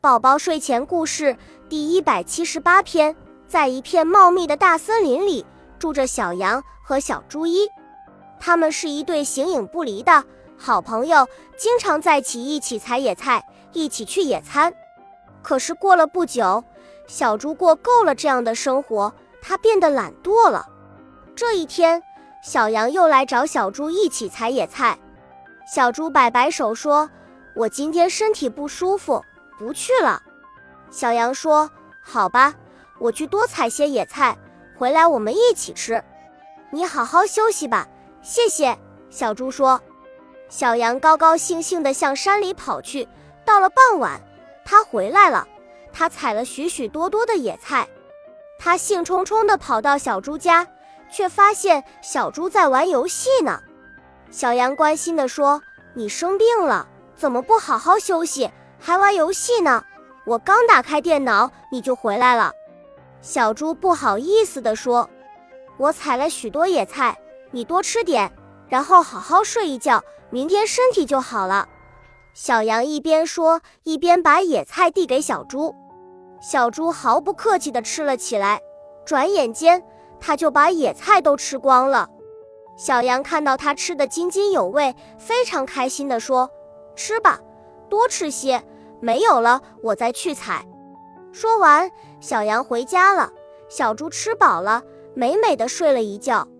宝宝睡前故事第178篇，在一片茂密的大森林里，住着小羊和小猪一。他们是一对形影不离的好朋友，经常在一起采野菜，一起去野餐。可是过了不久，小猪过够了这样的生活，它变得懒惰了。这一天，小羊又来找小猪一起采野菜。小猪摆摆手说：“我今天身体不舒服，不去了。”小羊说：“好吧，我去多采些野菜，回来我们一起吃。你好好休息吧，谢谢。”小猪说。小羊高高兴兴地向山里跑去。到了傍晚，他回来了，他采了许许多多的野菜。他兴冲冲地跑到小猪家，却发现小猪在玩游戏呢。小羊关心地说：“你生病了，怎么不好好休息，还玩游戏呢？我刚打开电脑，你就回来了。”小猪不好意思地说：“我采了许多野菜，你多吃点，然后好好睡一觉，明天身体就好了。”小羊一边说，一边把野菜递给小猪。小猪毫不客气地吃了起来，转眼间他就把野菜都吃光了。小羊看到他吃得津津有味，非常开心地说：“吃吧，多吃些，没有了我再去采。”说完，小羊回家了，小猪吃饱了，美美地睡了一觉。